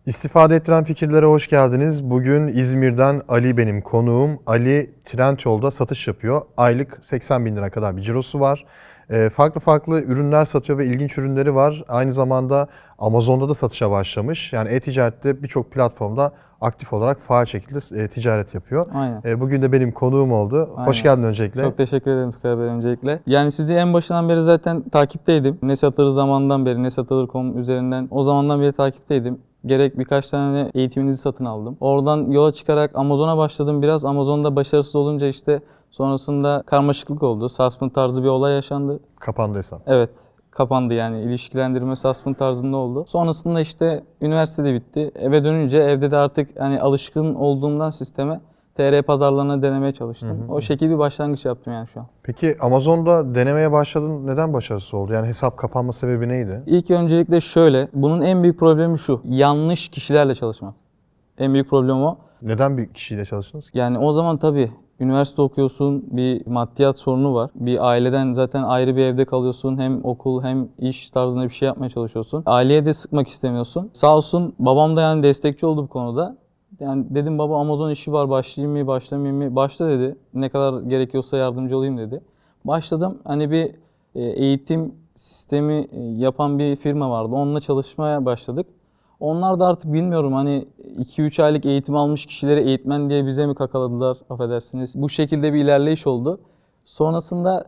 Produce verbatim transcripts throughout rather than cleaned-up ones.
İstifade ettiren fikirlere hoş geldiniz. Bugün İzmir'den Ali benim konuğum. Ali Trendyol'da satış yapıyor. Aylık seksen bin lira kadar bir cirosu var. E, farklı farklı ürünler satıyor ve ilginç ürünleri var. Aynı zamanda Amazon'da da satışa başlamış. Yani e-ticarette birçok platformda aktif olarak faal şekilde e, ticaret yapıyor. Aynen. E, bugün de benim konuğum oldu. Aynen. Hoş geldin öncelikle. Çok teşekkür ederim Tukay Bey öncelikle. Yani sizi en başından beri zaten takipteydim. Ne satılır zamandan beri, ne satılır nokta com üzerinden o zamandan beri takipteydim. Gerek birkaç tane eğitiminizi satın aldım. Oradan yola çıkarak Amazon'a başladım biraz. Amazon'da başarısız olunca işte sonrasında karmaşıklık oldu. Suspend tarzı bir olay yaşandı. Kapandı hesap. Evet, kapandı yani. İlişkilendirme suspend tarzında oldu. Sonrasında işte üniversitede bitti. Eve dönünce evde de artık hani alışkın olduğumdan sisteme T R pazarlarına denemeye çalıştım. Hı hı. O şekilde bir başlangıç yaptım yani şu an. Peki Amazon'da denemeye başladın. Neden başarısız oldu? Yani hesap kapanma sebebi neydi? İlk öncelikle şöyle, bunun en büyük problemi şu. Yanlış kişilerle çalışmak. En büyük problem o. Neden bir kişiyle çalıştınız ki? Yani o zaman tabii üniversite okuyorsun, bir maddiyat sorunu var. Bir aileden zaten ayrı bir evde kalıyorsun. Hem okul hem iş tarzında bir şey yapmaya çalışıyorsun. Aileye de sıkmak istemiyorsun. Sağ olsun babam da yani destekçi oldu bu konuda. Yani dedim baba Amazon işi var, başlayayım mı, başlamayayım mı? Başla dedi. Ne kadar gerekiyorsa yardımcı olayım dedi. Başladım. Hani bir eğitim sistemi yapan bir firma vardı. Onunla çalışmaya başladık. Onlar da artık bilmiyorum hani iki üç aylık eğitim almış kişileri eğitmen diye bize mi kakaladılar affedersiniz. Bu şekilde bir ilerleyiş oldu. Sonrasında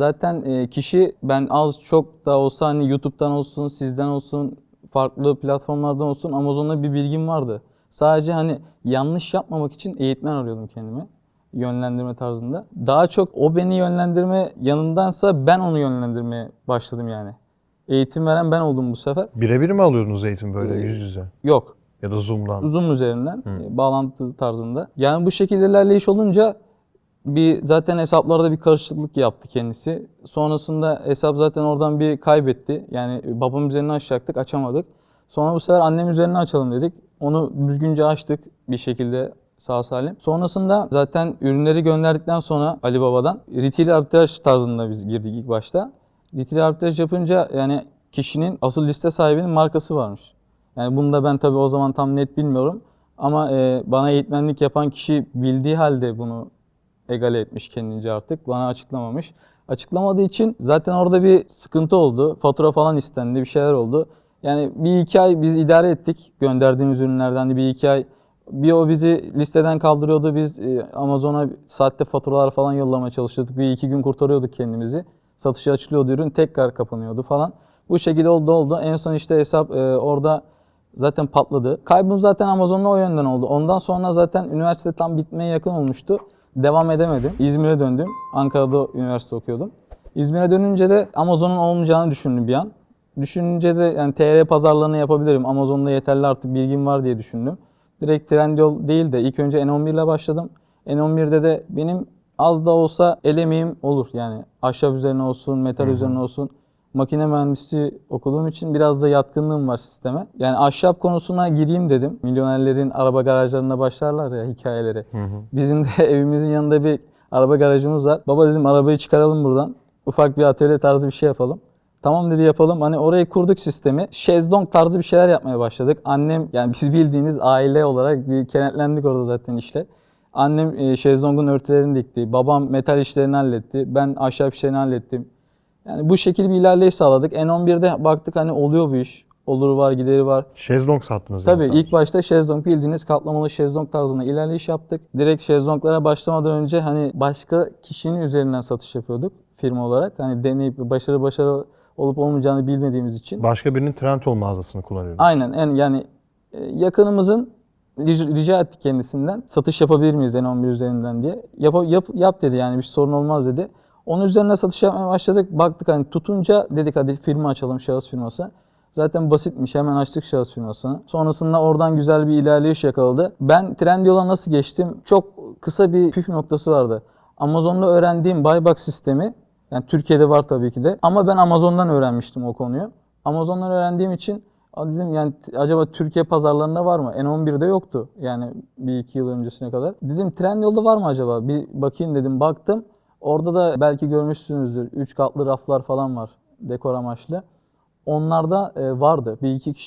zaten kişi ben az çok da olsa hani YouTube'dan olsun, sizden olsun, farklı platformlardan olsun Amazon'da bir bilgim vardı. Sadece hani yanlış yapmamak için eğitmen arıyordum kendime. Yönlendirme tarzında. Daha çok o beni yönlendirme yanındansa ben onu yönlendirmeye başladım yani. Eğitim veren ben oldum bu sefer. Birebir mi alıyordunuz eğitim böyle Ee, yüz yüze? Yok. Ya da Zoom'dan? Zoom üzerinden e, bağlantı tarzında. Yani bu şekilde ilerleyiş olunca bir zaten hesaplarda bir karışıklık yaptı kendisi. Sonrasında hesap zaten oradan bir kaybetti. Yani babam üzerinden açacaktık, açamadık. Sonra bu sefer annem üzerinden açalım dedik. Onu düzgünce açtık bir şekilde sağ salim. Sonrasında zaten ürünleri gönderdikten sonra Ali Baba'dan retail arbitraj tarzında biz girdik ilk başta. Retail arbitraj yapınca yani kişinin asıl liste sahibinin markası varmış. Yani bunu da ben tabii o zaman tam net bilmiyorum. Ama e, bana eğitmenlik yapan kişi bildiği halde bunu egale etmiş kendince artık. Bana açıklamamış. Açıklamadığı için zaten orada bir sıkıntı oldu. Fatura falan istendi, bir şeyler oldu. Yani bir iki ay biz idare ettik gönderdiğimiz ürünlerden de bir iki ay. Bir o bizi listeden kaldırıyordu. Biz Amazon'a saatte faturalar falan yollamaya çalışıyorduk. Bir iki gün kurtarıyorduk kendimizi. Satışa açılıyordu ürün tekrar kapanıyordu falan. Bu şekilde oldu oldu. En son işte hesap e, orada zaten patladı. Kaybım zaten Amazon'la o yönden oldu. Ondan sonra zaten üniversite tam bitmeye yakın olmuştu. Devam edemedim. İzmir'e döndüm. Ankara'da üniversite okuyordum. İzmir'e dönünce de Amazon'un olmayacağını düşündüm bir an. Düşününce de yani T R pazarlarını yapabilirim. Amazon'da yeterli artık bilgim var diye düşündüm. Direkt Trendyol değil de ilk önce N on bir ile başladım. N on birde de benim az da olsa el emeğim olur. Yani ahşap üzerine olsun, metal hı hı. üzerine olsun. Makine mühendisi okuduğum için biraz da yatkınlığım var sisteme. Yani ahşap konusuna gireyim dedim. Milyonerlerin araba garajlarında başlarlar ya hikayeleri. Hı hı. Bizim de evimizin yanında bir araba garajımız var. Baba dedim arabayı çıkaralım buradan. Ufak bir atölye tarzı bir şey yapalım. Tamam dedi yapalım. Hani orayı kurduk sistemi. Şezlong tarzı bir şeyler yapmaya başladık. Annem yani biz bildiğiniz aile olarak bir kenetlendik orada zaten işle. Annem e, şezlongun örtülerini dikti. Babam metal işlerini halletti. Ben ahşap işlerini hallettim. Yani bu şekilde bir ilerleyiş sağladık. N on birde baktık hani oluyor bu iş. Oluru var, gideri var. Şezlong sattınız Tabii yani ilk başta şezlong bildiğiniz katlamalı şezlong tarzında ilerleyiş yaptık. Direkt şezlonglara başlamadan önce hani başka kişinin üzerinden satış yapıyorduk firma olarak. Hani deneyip başarı başarı olup olmayacağını bilmediğimiz için. Başka birinin Trendyol mağazasını kullanıyordunuz. Aynen en yani yakınımızın rica ettik kendisinden satış yapabilir miyiz N on bir üzerinden diye. Yap, yap, yap dedi yani bir sorun olmaz dedi. Onun üzerine satış yapmaya başladık. Baktık hani tutunca dedik hadi firma açalım şahıs firması. Zaten basitmiş hemen açtık şahıs firmasını. Sonrasında oradan güzel bir ilerleyiş yakaladı. Ben Trendyol'a nasıl geçtim? Çok kısa bir püf noktası vardı. Amazon'da öğrendiğim buybox sistemi yani Türkiye'de var tabii ki de ama ben Amazon'dan öğrenmiştim o konuyu. Amazon'dan öğrendiğim için dedim yani acaba Türkiye pazarlarında var mı? N on birde yoktu yani bir iki yıl öncesine kadar. Dedim Trendyol'da var mı acaba? Bir bakayım dedim baktım. Orada da belki görmüşsünüzdür. Üç katlı raflar falan var dekor amaçlı. Onlarda vardı. Bir iki kişi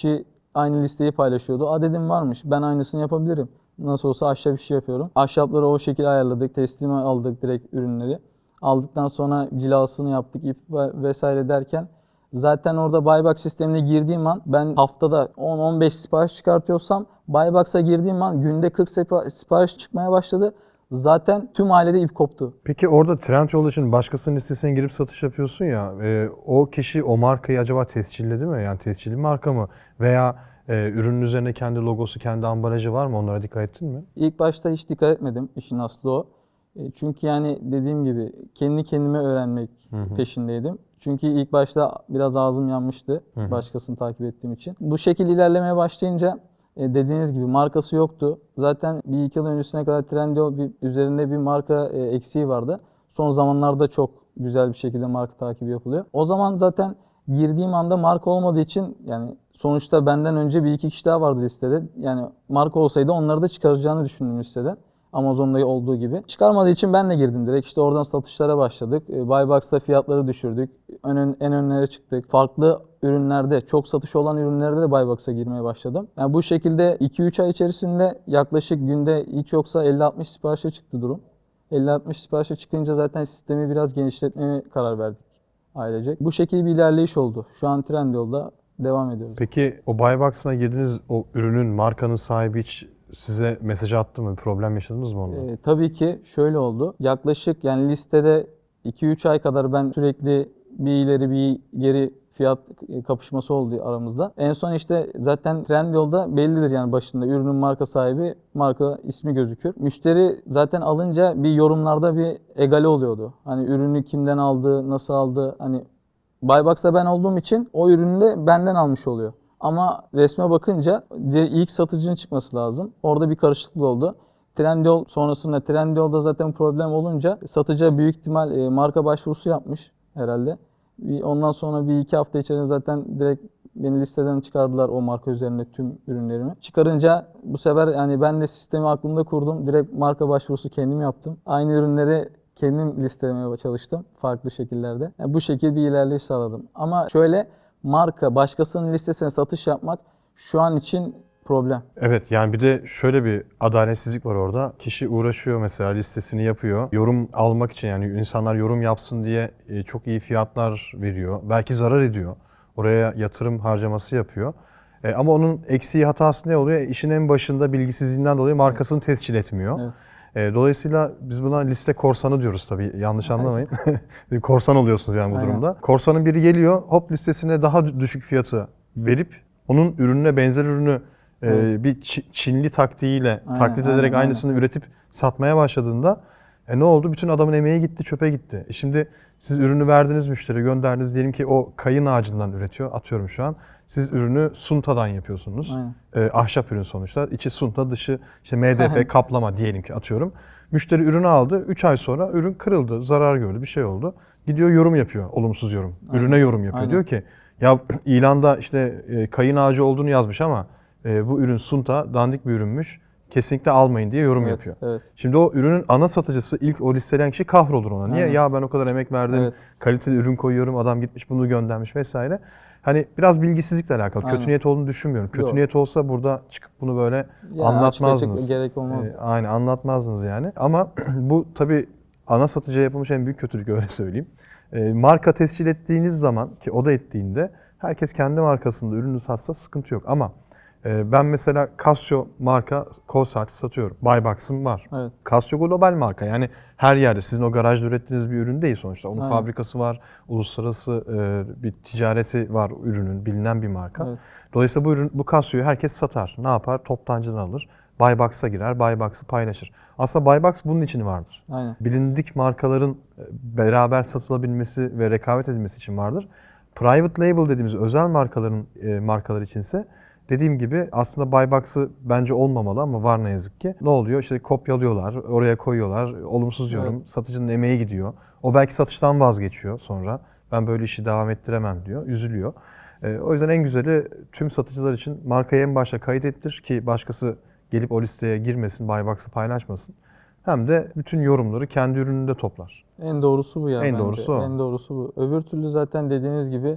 aynı listeyi paylaşıyordu. Aa dedim varmış, ben aynısını yapabilirim. Nasıl olsa ahşap işi yapıyorum. Ahşapları o şekilde ayarladık, teslime aldık direkt ürünleri. Aldıktan sonra cilasını yaptık, ip vesaire derken zaten orada buybox sistemine girdiğim an ben haftada on on beş sipariş çıkartıyorsam buybox'a girdiğim an günde kırk sipariş çıkmaya başladı. Zaten tüm ailede ip koptu. Peki orada Trendyol için başkasının listesine girip satış yapıyorsun ya, e, o kişi o markayı acaba tescilledi mi? Yani tescilli marka mı? Veya e, ürünün üzerine kendi logosu, kendi ambalajı var mı? Onlara dikkat ettin mi? İlk başta hiç dikkat etmedim. İşin aslı o. E, Çünkü yani dediğim gibi kendi kendime öğrenmek Hı hı. peşindeydim. Çünkü ilk başta biraz ağzım yanmıştı Hı hı. başkasını takip ettiğim için. Bu şekilde ilerlemeye başlayınca e, dediğiniz gibi markası yoktu. Zaten bir iki yıl öncesine kadar Trendyol bir, üzerinde bir marka e, eksiği vardı. Son zamanlarda çok güzel bir şekilde marka takibi yapılıyor. O zaman zaten girdiğim anda marka olmadığı için yani sonuçta benden önce bir iki kişi daha vardı listede. Yani marka olsaydı onları da çıkaracağını düşündüm listeden. Amazon'da olduğu gibi. Çıkarmadığı için ben de girdim direkt. İşte oradan satışlara başladık. E, Buybox'ta fiyatları düşürdük. En, ön, en önlere çıktık. Farklı ürünlerde, çok satışı olan ürünlerde de Buybox'a girmeye başladım. Yani bu şekilde iki üç ay içerisinde yaklaşık günde hiç yoksa elli altmış siparişe çıktı durum. elli altmış siparişe çıkınca zaten sistemi biraz genişletmeye karar verdik ailecek. Bu şekilde bir ilerleyiş oldu. Şu an Trendyol'da devam ediyoruz. Peki o Buybox'ına girdiğiniz o ürünün, markanın sahibi hiç size mesaj attı mı? Bir problem yaşadınız mı onunla? Ee, tabii ki şöyle oldu. Yaklaşık yani listede iki üç ay kadar ben sürekli bir ileri bir geri fiyat kapışması oldu aramızda. En son işte zaten Trendyol'da bellidir yani başında ürünün marka sahibi, marka ismi gözükür. Müşteri zaten alınca bir yorumlarda bir egale oluyordu. Hani ürünü kimden aldı, nasıl aldı, hani Buybox'ta ben olduğum için o ürünü de benden almış oluyor. Ama resme bakınca ilk satıcının çıkması lazım. Orada bir karışıklık oldu. Trendyol sonrasında Trendyol'da zaten problem olunca satıcı büyük ihtimal e, marka başvurusu yapmış herhalde. Ondan sonra bir iki hafta içerisinde zaten direkt beni listeden çıkardılar o marka üzerinde tüm ürünlerimi. Çıkarınca bu sefer yani ben de sistemi aklımda kurdum. Direkt marka başvurusu kendim yaptım. Aynı ürünleri kendim listelemeye çalıştım farklı şekillerde. Yani bu şekilde bir ilerleyiş sağladım. Ama şöyle marka başkasının listesine satış yapmak şu an için problem. Evet, yani bir de şöyle bir adaletsizlik var orada. Kişi uğraşıyor mesela, listesini yapıyor. Yorum almak için, yani insanlar yorum yapsın diye e, çok iyi fiyatlar veriyor. Belki zarar ediyor. Oraya yatırım harcaması yapıyor. E, ama onun eksiği, hatası ne oluyor? İşin en başında bilgisizliğinden dolayı markasını tescil etmiyor. Evet. E, dolayısıyla biz buna liste korsanı diyoruz tabii, yanlış anlamayın. Korsan oluyorsunuz yani bu Aynen. durumda. Korsanın biri geliyor, hop listesine daha düşük fiyatı verip onun ürününe benzer ürünü e, bir Ç- Çinli taktiğiyle Aynen, taklit ederek aynen, aynısını üretip satmaya başladığında e, ne oldu? Bütün adamın emeği gitti, çöpe gitti. E, şimdi siz ürünü verdiniz, müşteri gönderdiniz. Diyelim ki o kayın ağacından üretiyor, atıyorum şu an. Siz ürünü suntadan yapıyorsunuz. E, ahşap ürün sonuçta. İçi sunta, dışı işte M D F kaplama diyelim ki, atıyorum. Müşteri ürünü aldı. üç ay sonra ürün kırıldı, zarar gördü, bir şey oldu. Gidiyor yorum yapıyor, olumsuz yorum. Aynen. Ürüne yorum yapıyor. Aynen. Diyor ki ya ilanda işte e, kayın ağacı olduğunu yazmış ama e, bu ürün sunta, dandik bir ürünmüş. Kesinlikle almayın diye yorum Evet, yapıyor. evet. Şimdi o ürünün ana satıcısı, ilk o listeleyen kişi kahrolur ona. Niye? Aynen. Ya ben o kadar emek verdim, Evet. kaliteli ürün koyuyorum, adam gitmiş bunu göndermiş vesaire. Hani biraz bilgisizlikle alakalı. Aynen. Kötü niyet olduğunu düşünmüyorum. Kötü Yok. niyet olsa burada çıkıp bunu böyle Yani anlatmazdınız. açık açık gerek olmaz. Ee, aynen, anlatmazdınız yani. Ama bu tabii ana satıcıya yapılmış en büyük kötülük, öyle söyleyeyim. Ee, marka tescil ettiğiniz zaman, ki o da ettiğinde, herkes kendi markasında ürünü satsa sıkıntı yok. Ama e, ben mesela Casio marka kol saati satıyorum. Buybox'ım var. Evet. Casio global marka, yani her yerde, sizin o garajda ürettiğiniz bir ürün değil sonuçta. Onun Aynen. fabrikası var, uluslararası e, bir ticareti var ürünün, bilinen bir marka. Evet. Dolayısıyla bu ürün, bu Casio'yu herkes satar. Ne yapar? Toptancıdan alır. Buybox'a girer, Buybox'ı paylaşır. Aslında Buybox bunun için vardır. Aynen. Bilindik markaların e, beraber satılabilmesi ve rekabet edilmesi için vardır. Private label dediğimiz özel markaların e, markalar içinse, dediğim gibi aslında Buybox'ı bence olmamalı ama var ne yazık ki. Ne oluyor? İşte kopyalıyorlar, oraya koyuyorlar, olumsuz yorum, Evet. satıcının emeği gidiyor. O belki satıştan vazgeçiyor sonra. Ben böyle işi devam ettiremem diyor, üzülüyor. E, o yüzden en güzeli tüm satıcılar için markayı en başta kaydettir ki başkası gelip o listeye girmesin, Buybox'ı paylaşmasın. Hem de bütün yorumları kendi ürününde toplar. En doğrusu bu ya En bence. doğrusu o. En doğrusu bu. Öbür türlü zaten dediğiniz gibi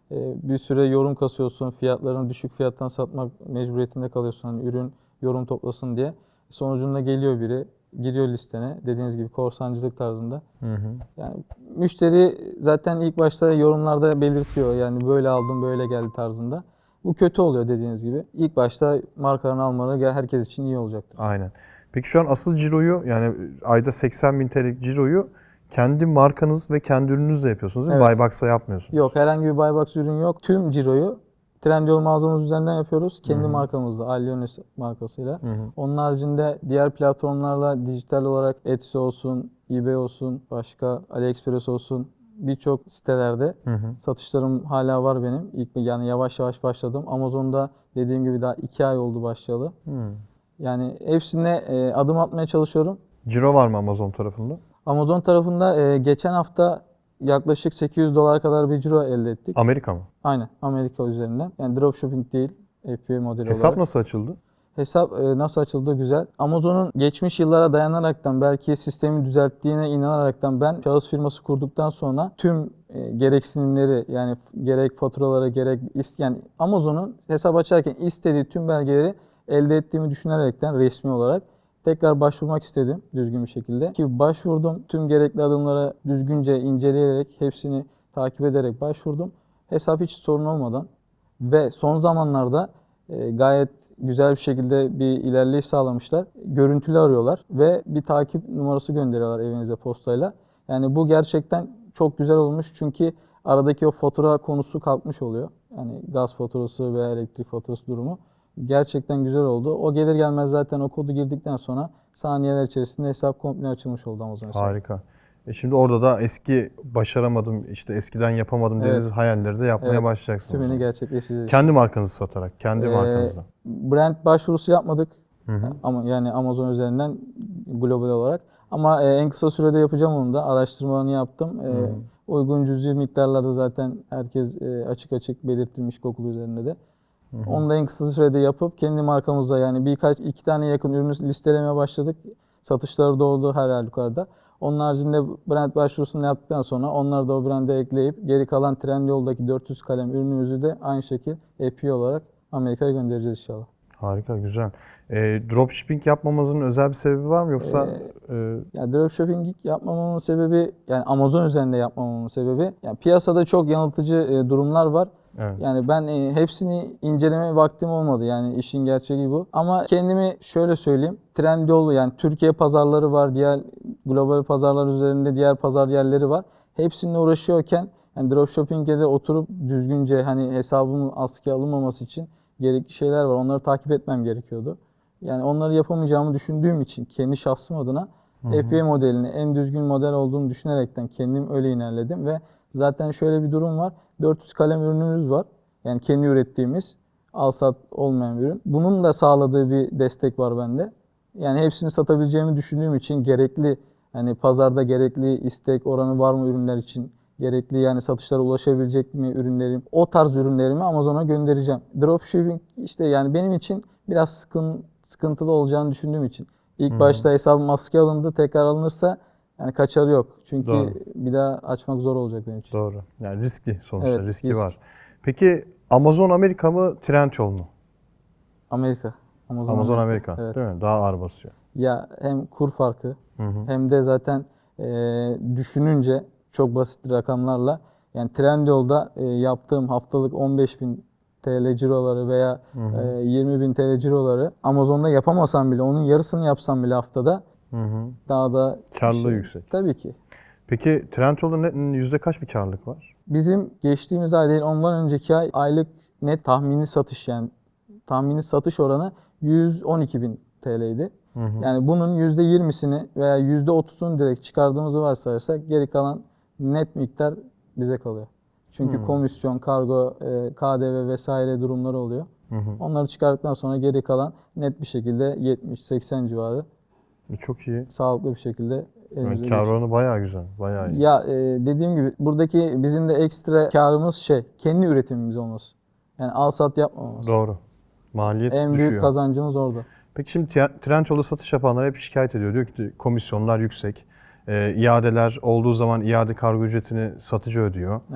e, bir süre yorum kasıyorsun. Fiyatlarını düşük fiyattan satmak mecburiyetinde kalıyorsun. Hani ürün yorum toplasın diye. Sonucunda geliyor biri, giriyor listene. Dediğiniz gibi korsancılık tarzında. Hı hı. Yani müşteri zaten ilk başta yorumlarda belirtiyor. Yani böyle aldım, böyle geldi tarzında. Bu kötü oluyor dediğiniz gibi. İlk başta markalarını almaları herkes için iyi olacaktır. Aynen. Peki şu an asıl ciroyu, yani ayda seksen bin T L'lik ciroyu kendi markanız ve kendi ürününüzle yapıyorsunuz değil mi? Evet. Buybox'a yapmıyorsunuz. Yok, herhangi bir buybox ürün yok. Tüm ciroyu Trendyol mağazamız üzerinden yapıyoruz. Kendi Hı hı. markamızla, Aliones markasıyla. Hı hı. Onun haricinde diğer platformlarla dijital olarak Etsy olsun, eBay olsun, başka AliExpress olsun birçok sitelerde Hı hı. satışlarım hala var benim. İlk yani yavaş yavaş başladım. Amazon'da dediğim gibi daha iki ay oldu başlayalı. Hı. Yani hepsine e, adım atmaya çalışıyorum. Ciro var mı Amazon tarafında? Amazon tarafında e, geçen hafta yaklaşık sekiz yüz dolar kadar bir ciro elde ettik. Amerika mı? Aynen, Amerika üzerinden. Yani dropshipping değil, F B A modeli Hesap olarak. nasıl açıldı? Hesap e, nasıl açıldı? Güzel. Amazon'un geçmiş yıllara dayanaraktan, belki sistemi düzelttiğine inanaraktan ben şahıs firması kurduktan sonra tüm e, gereksinimleri, yani f- gerek faturalara gerek ist yani Amazon'un hesap açarken istediği tüm belgeleri elde ettiğimi düşünerekten resmi olarak tekrar başvurmak istedim düzgün bir şekilde. Ki başvurdum. Tüm gerekli adımları düzgünce inceleyerek, hepsini takip ederek başvurdum. Hesap hiç sorun olmadan ve son zamanlarda e, gayet güzel bir şekilde bir ilerleyiş sağlamışlar. Görüntülü arıyorlar ve bir takip numarası gönderiyorlar evinize postayla. Yani bu gerçekten çok güzel olmuş çünkü aradaki o fatura konusu kalkmış oluyor. Yani gaz faturası veya elektrik faturası durumu gerçekten güzel oldu. O gelir gelmez zaten o kodu girdikten sonra saniyeler içerisinde hesap komple açılmış oldu Amazon hesabı. Harika. E şimdi orada da eski başaramadım, işte eskiden yapamadım Evet. dediğiniz hayalleri de yapmaya Evet, başlayacaksınız. o Tümünü zaman. gerçekleştireceğiz. Kendi markanızı satarak, kendi Ee, markanızla. Brand başvurusu yapmadık. Hı hı. Ama yani Amazon üzerinden global olarak. Ama e, en kısa sürede yapacağım onu da. Araştırmalarını yaptım. E, Hı. uygun cüzi miktarlarda zaten herkes e, açık açık belirtilmiş Google üzerinde de. Hı hı. Onu da en kısa sürede yapıp kendi markamızda, yani birkaç iki tane yakın ürünü listelemeye başladık. Satışları da oldu her halükarda. Onun haricinde brand başvurusunu yaptıktan sonra onları da o brande ekleyip geri kalan Trendyol'daki dört yüz kalem ürünümüzü de aynı şekilde A P I olarak Amerika'ya göndereceğiz inşallah. Harika, güzel. E, dropshipping yapmamızın özel bir sebebi var mı yoksa? Ee, e, Yani dropshipping yapmamamın sebebi, yani Amazon üzerinde yapmamamın sebebi, yani piyasada çok yanıltıcı e, durumlar var. evet. Yani ben e, hepsini inceleme vaktim olmadı, yani işin gerçeği bu. Ama kendimi şöyle söyleyeyim. Trendyol, yani Türkiye pazarları var, diğer global pazarlar üzerinde diğer pazar yerleri var. Hepsininle uğraşıyorken yani dropshipping'e de oturup düzgünce, hani hesabımın askıya alınmaması için gerekli şeyler var. Onları takip etmem gerekiyordu. Yani onları yapamayacağımı düşündüğüm için kendi şahsım adına F B A modelini en düzgün model olduğunu düşünerekten kendim öyle ilerledim ve zaten şöyle bir durum var. dört yüz kalem ürünümüz var. Yani kendi ürettiğimiz, al sat olmayan bir ürün. Bunun da sağladığı bir destek var bende. Yani hepsini satabileceğimi düşündüğüm için gerekli, hani pazarda gerekli istek oranı var mı ürünler için? Gerekli, yani satışlara ulaşabilecek mi ürünlerim? O tarz ürünlerimi Amazon'a göndereceğim. Dropshipping işte yani benim için biraz sıkın, sıkıntılı olacağını düşündüğüm için. İlk Hı-hı. başta hesabım maske alındı, tekrar alınırsa yani kaçarı yok. Çünkü Doğru. bir daha açmak zor olacak benim için. Doğru. Yani riskli sonuçta, Evet, riski risk. var. Peki Amazon Amerika mı, Trendyol mu? Amerika. Amazon, Amazon Amerika, Evet. değil mi? Daha ağır basıyor. Ya hem kur farkı Hı hı. hem de zaten e, düşününce çok basit rakamlarla, yani Trendyol'da e, yaptığım haftalık on beş bin T L ciroları veya Hı hı. e, yirmi bin T L ciroları Amazon'da yapamasam bile, onun yarısını yapsam bile haftada Hı hı. daha da Karlılığı şey- yüksek. Tabii ki. Peki Trendyol'da ne- yüzde kaç bir karlılık var? Bizim geçtiğimiz ay değil, ondan önceki ay aylık net tahmini satış, yani tahmini satış oranı yüz on iki bin T L'ydi. Hı hı. Yani bunun yüzde yirmisini veya yüzde otuzunu direkt çıkardığımızı varsayarsak geri kalan net miktar bize kalıyor. Çünkü Hmm. komisyon, kargo, e, K D V vesaire durumları oluyor. Hı hı. Onları çıkardıktan sonra geri kalan net bir şekilde yetmiş seksen civarı E, Çok iyi. sağlıklı bir şekilde elimize Evet, kar geçiyor. oranı bayağı güzel. Bayağı iyi. Ya e, dediğim gibi buradaki bizim de ekstra karımız şey, kendi üretimimiz olması. Yani al sat yapmamamız. Doğru. Maliyet En düşüyor. büyük kazancımız orada. Peki şimdi Tre- Trendyol'da satış yapanlar hep şikayet ediyor. Diyor ki komisyonlar yüksek. E, iadeler olduğu zaman iade kargo ücretini satıcı ödüyor. Evet.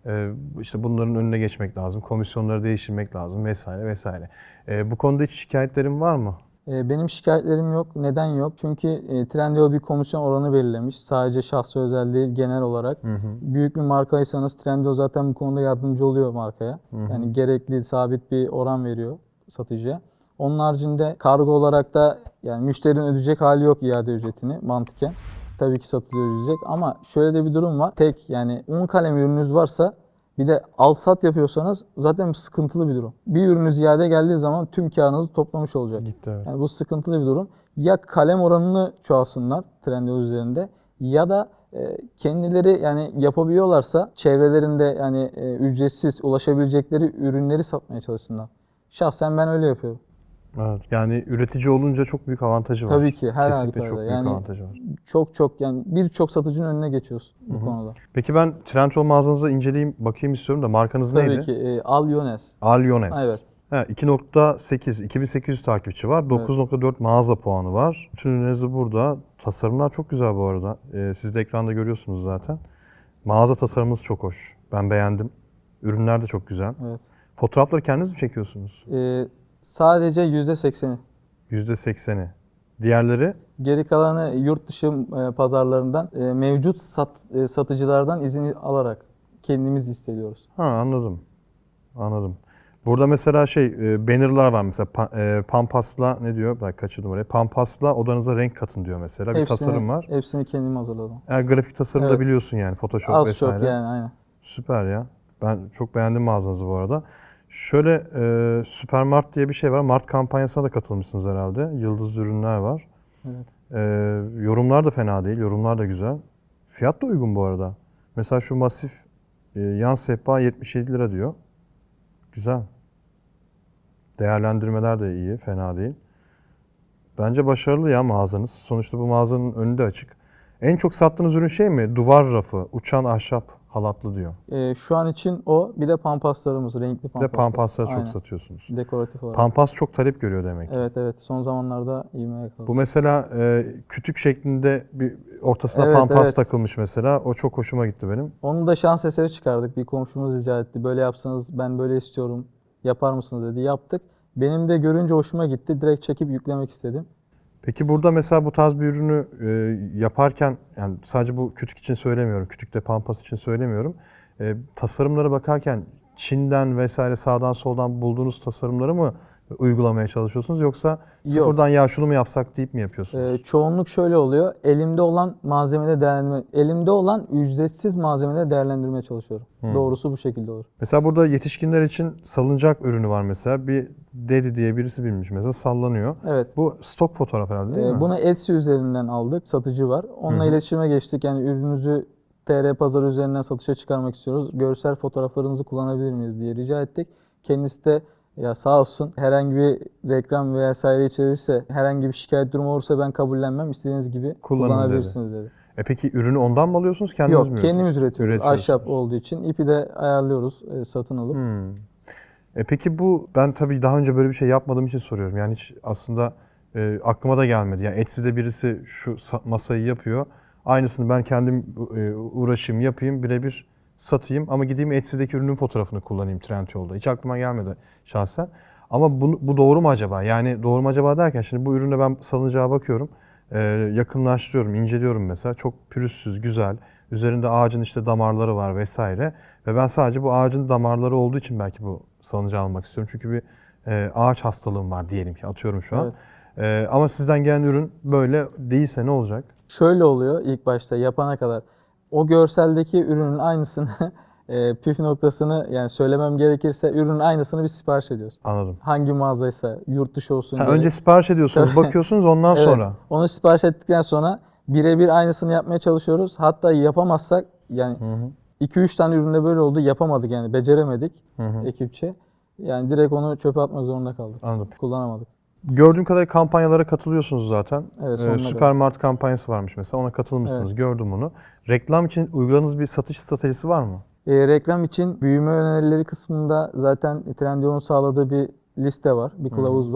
Ee, işte bunların önüne geçmek lazım, komisyonları değiştirmek lazım vesaire vesaire. Ee, bu konuda hiç şikayetlerin var mı? E, Benim şikayetlerim yok. Neden yok? Çünkü e, Trendyol bir komisyon oranı belirlemiş. Sadece şahsı özel değil, genel olarak. Hı hı. Büyük bir markaysanız Trendyol zaten bu konuda yardımcı oluyor markaya. Hı hı. Yani gerekli, sabit bir oran veriyor satıcıya. Onun haricinde kargo olarak da yani müşterinin ödeyecek hali yok iade ücretini mantıken. Tabii ki satıcı ödeyecek ama şöyle de bir durum var. Tek yani on kalem ürününüz varsa bir de al sat yapıyorsanız zaten sıkıntılı bir durum. Bir ürününüz iade geldiği zaman tüm karınızı toplamış olacak. Gitti, evet. Yani bu sıkıntılı bir durum. Ya kalem oranını çoğalsınlar Trendyol üzerinde ya da e, kendileri yani yapabiliyorlarsa çevrelerinde yani e, ücretsiz ulaşabilecekleri ürünleri satmaya çalışsınlar. Şahsen ben öyle yapıyorum. Evet. Yani üretici olunca çok büyük avantajı var. Tabii ki, her Kesinlikle halükarda. çok büyük Yani avantajı var. Çok çok yani birçok satıcının önüne geçiyoruz bu Hı hı. konuda. Peki ben Trendyol mağazanızı inceleyeyim, bakayım istiyorum da markanız Tabii neydi? ki e, Alyones. Alyones. Evet. Ha, iki nokta sekiz, iki bin sekiz yüz takipçi var. dokuz nokta dört mağaza puanı var. Bütün ürünleriniz burada. Tasarımlar çok güzel bu arada. Ee, siz de ekranda görüyorsunuz zaten. Mağaza tasarımınız çok hoş. Ben beğendim. Ürünler de çok güzel. Evet. Fotoğrafları kendiniz mi çekiyorsunuz? E, sadece yüzde sekseni. yüzde sekseni. Diğerleri? Geri kalanı yurt dışı e, pazarlarından e, mevcut sat, e, satıcılardan izin alarak kendimiz listeliyoruz. Ha, anladım. Anladım. Burada mesela şey e, bannerlar var mesela pa- e, Pampas'la ne diyor? Ben kaçırdım oraya. Pampas'la odanıza renk katın diyor mesela. Bir tasarım var. Hepsini kendim hazırladım. Yani grafik tasarım da Evet. biliyorsun yani Photoshop Az vesaire. çok yani aynen. Süper ya. Ben çok beğendim mağazanızı bu arada. Şöyle e, Süpermart diye bir şey var. Mart kampanyasına da katılmışsınız herhalde. Yıldız ürünler var. Evet. E, yorumlar da fena değil. Yorumlar da güzel. Fiyat da uygun bu arada. Mesela şu masif e, yan sehpa yetmiş yedi lira diyor. Güzel. Değerlendirmeler de iyi. Fena değil. Bence başarılı ya mağazanız. Sonuçta bu mağazanın önü de açık. En çok sattığınız ürün şey mi? Duvar rafı, uçan ahşap halatlı diyor. E, şu an için o. Bir de pampaslarımız, renkli Bir de pampaslar. pampasları Aynen. çok satıyorsunuz. Dekoratif olarak. Pampas çok talep görüyor demek ki. Evet evet. Son zamanlarda ivme yakaladı. Bu mesela e, kütük şeklinde bir ortasına Evet, pampas evet. takılmış mesela. O çok hoşuma gitti benim. Onu da şans eseri çıkardık. Bir komşumuz rica etti. Böyle yapsanız ben böyle istiyorum. Yapar mısınız dedi. Yaptık. Benim de görünce hoşuma gitti. Direkt çekip yüklemek istedim. Peki burada mesela bu tarz bir ürünü e, yaparken, yani sadece bu kütük için söylemiyorum, kütükte pampas için söylemiyorum. E, tasarımlara bakarken Çin'den vesaire sağdan soldan bulduğunuz tasarımları mı uygulamaya çalışıyorsunuz yoksa sıfırdan ya şunu mu yapsak deyip mi yapıyorsunuz? Ee, çoğunluk şöyle oluyor. Elimde olan malzemede değerlendirme, elimde olan ücretsiz malzemede değerlendirmeye çalışıyorum. Hmm. Doğrusu bu şekilde olur. Mesela burada yetişkinler için salıncak ürünü var mesela. Bir Dedi diye birisi bilmiş mesela sallanıyor. Evet. Bu stok fotoğraf herhalde değil Ee, mi? bunu Etsy üzerinden aldık. Satıcı var. Onunla Hı hı. iletişime geçtik. Yani ürününüzü T R pazarı üzerinden satışa çıkarmak istiyoruz. Görsel fotoğraflarınızı kullanabilir miyiz diye rica ettik. Kendisi de ya sağ olsun herhangi bir reklam vesaire içerirse herhangi bir şikayet durumu olursa ben kabullenmem. İstediğiniz gibi Kullanın kullanabilirsiniz dedi. E peki ürünü ondan mı alıyorsunuz kendiniz Yok mi üretiyorsunuz? kendimiz üretiyoruz. Üretiyorsunuz. Ahşap olduğu için ipi de ayarlıyoruz e, satın alıp. Hmm. E peki bu ben tabii daha önce böyle bir şey yapmadığım için soruyorum. Yani hiç aslında e, aklıma da gelmedi. Yani Etsy'de birisi şu sa- masayı yapıyor. Aynısını ben kendim e, uğraşayım, yapayım, birebir satayım ama gideyim Etsy'deki ürünün fotoğrafını kullanayım Trendyol'da. Hiç aklıma gelmedi şahsen. Ama bu, bu doğru mu acaba? Yani doğru mu acaba derken şimdi bu ürüne ben salıncağa bakıyorum. E, yakınlaştırıyorum, inceliyorum mesela. Çok pürüzsüz, güzel. Üzerinde ağacın işte damarları var vesaire. Ve ben sadece bu ağacın damarları olduğu için belki bu salıncağı almak istiyorum. Çünkü bir e, ağaç hastalığım var diyelim ki atıyorum şu an. Evet. E, ama sizden gelen ürün böyle değilse ne olacak? Şöyle oluyor ilk başta yapana kadar. O görseldeki ürünün aynısını e, püf noktasını yani söylemem gerekirse ürünün aynısını biz sipariş ediyoruz. Anladım. Hangi mağazaysa yurt dışı olsun. Ha, gerek. önce sipariş ediyorsunuz, Tabii. bakıyorsunuz ondan Evet, sonra. onu sipariş ettikten sonra birebir aynısını yapmaya çalışıyoruz. Hatta yapamazsak yani iki üç tane üründe böyle oldu yapamadık yani beceremedik Hı hı. ekipçe. Yani direkt onu çöpe atmak zorunda kaldık. Anladım. Kullanamadık. Gördüğüm kadarıyla kampanyalara katılıyorsunuz zaten. Evet, Ee, sonuna Süpermart kampanyası varmış mesela, ona katılmışsınız. Gördüm onu. Reklam için uyguladığınız bir satış stratejisi var mı? E, reklam için büyüme önerileri kısmında zaten Trendyol'un sağladığı bir liste var, bir kılavuz var.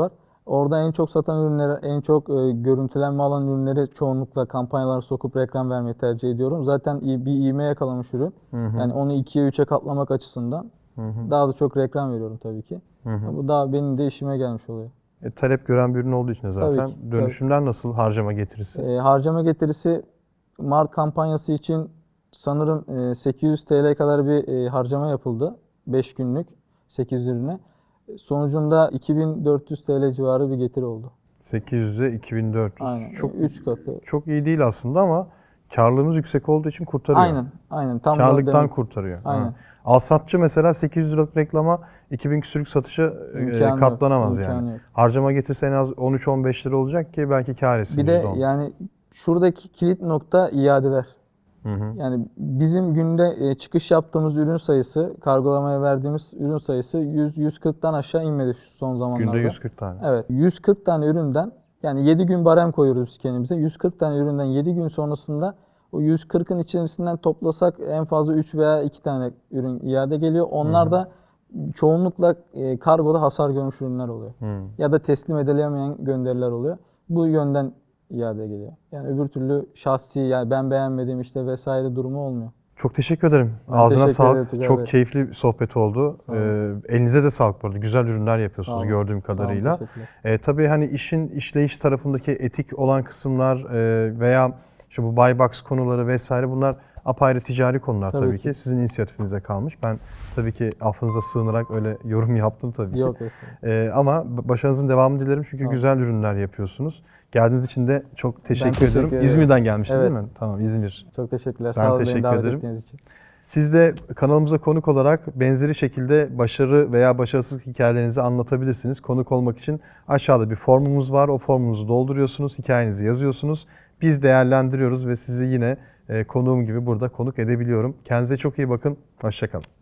Orada en çok satan ürünleri, en çok e, görüntülenme alan ürünleri çoğunlukla kampanyalara sokup reklam vermeyi tercih ediyorum. Zaten iyi, bir ivme yakalamış ürün. Hı hı. Yani onu ikiye üçe katlamak açısından Hı hı. daha da çok reklam veriyorum tabii ki. Hı hı. Bu daha benim de işime gelmiş oluyor. E, talep gören bir ürün olduğu için de zaten Tabii ki, dönüşümler nasıl, harcama getirisi? E, harcama getirisi Mart kampanyası için sanırım e, sekiz yüz T L kadar bir e, harcama yapıldı. beş günlük sekiz yüz ürüne. Sonucunda iki bin dört yüz T L civarı bir getiri oldu. sekiz yüze iki bin dört yüz. Aynen. Çok üç katı. çok iyi değil aslında ama karlılığınız yüksek olduğu için kurtarıyor. Aynen. Aynen. Tam da Karlılıktan demek- kurtarıyor. Aynen. Ha. Alsatçı mesela sekiz yüz liralık reklama iki bin küsürlük satışa e, İmkanı yok, katlanamaz imkanı yani. yok. Harcama getirse en az on üç on beş lira olacak ki belki kâr etsin. Bir de yüzde on. yani şuradaki kilit nokta iadeler. Hı hı. Yani bizim günde e, çıkış yaptığımız ürün sayısı, kargolamaya verdiğimiz ürün sayısı yüz yüz kırktan aşağı inmedi şu son zamanlarda. Günde yüz kırk tane. Evet. yüz kırk tane üründen, yani yedi gün barem koyuyoruz kendimize. yüz kırk tane üründen yedi gün sonrasında o yüz kırkın içerisinden toplasak en fazla üç veya iki tane ürün iade geliyor. Onlar da çoğunlukla e, kargoda hasar görmüş ürünler oluyor. Hı. Ya da teslim edilemeyen gönderiler oluyor. Bu yönden iade geliyor. Yani öbür türlü şahsi, yani ben beğenmediğim işte vesaire durumu olmuyor. Çok teşekkür ederim. Ben Ağzına teşekkür ederim sağlık. Tugay Çok Bey. keyifli bir sohbet oldu. Sağ olun. Ee, elinize de sağlık bu arada. Güzel ürünler Sağ yapıyorsunuz olun. gördüğüm Sağ olun, kadarıyla. teşekkürler. Ee, tabii hani işin işleyiş tarafındaki etik olan kısımlar e, veya işte bu buy box konuları vesaire bunlar apayrı ticari konular tabii, Tabii ki. ki. Sizin inisiyatifinize kalmış. Ben tabii ki affınıza sığınarak öyle yorum yaptım tabii ki. Yok estağfurullah. Ee, ama başarınızın devamını dilerim çünkü Sağ olun. güzel ürünler yapıyorsunuz. Geldiğiniz için de çok teşekkür, teşekkür ediyorum. ederim. İzmir'den gelmiştin Evet. değil mi? Tamam, İzmir. Çok teşekkürler. Ben Sağ olun beni teşekkür davet ederim. ettiğiniz için. Siz de kanalımıza konuk olarak benzeri şekilde başarı veya başarısızlık hikayelerinizi anlatabilirsiniz. Konuk olmak için aşağıda bir formumuz var. O formumuzu dolduruyorsunuz, hikayenizi yazıyorsunuz. Biz değerlendiriyoruz ve sizi yine e, konuğum gibi burada konuk edebiliyorum. Kendinize çok iyi bakın. Hoşça kalın.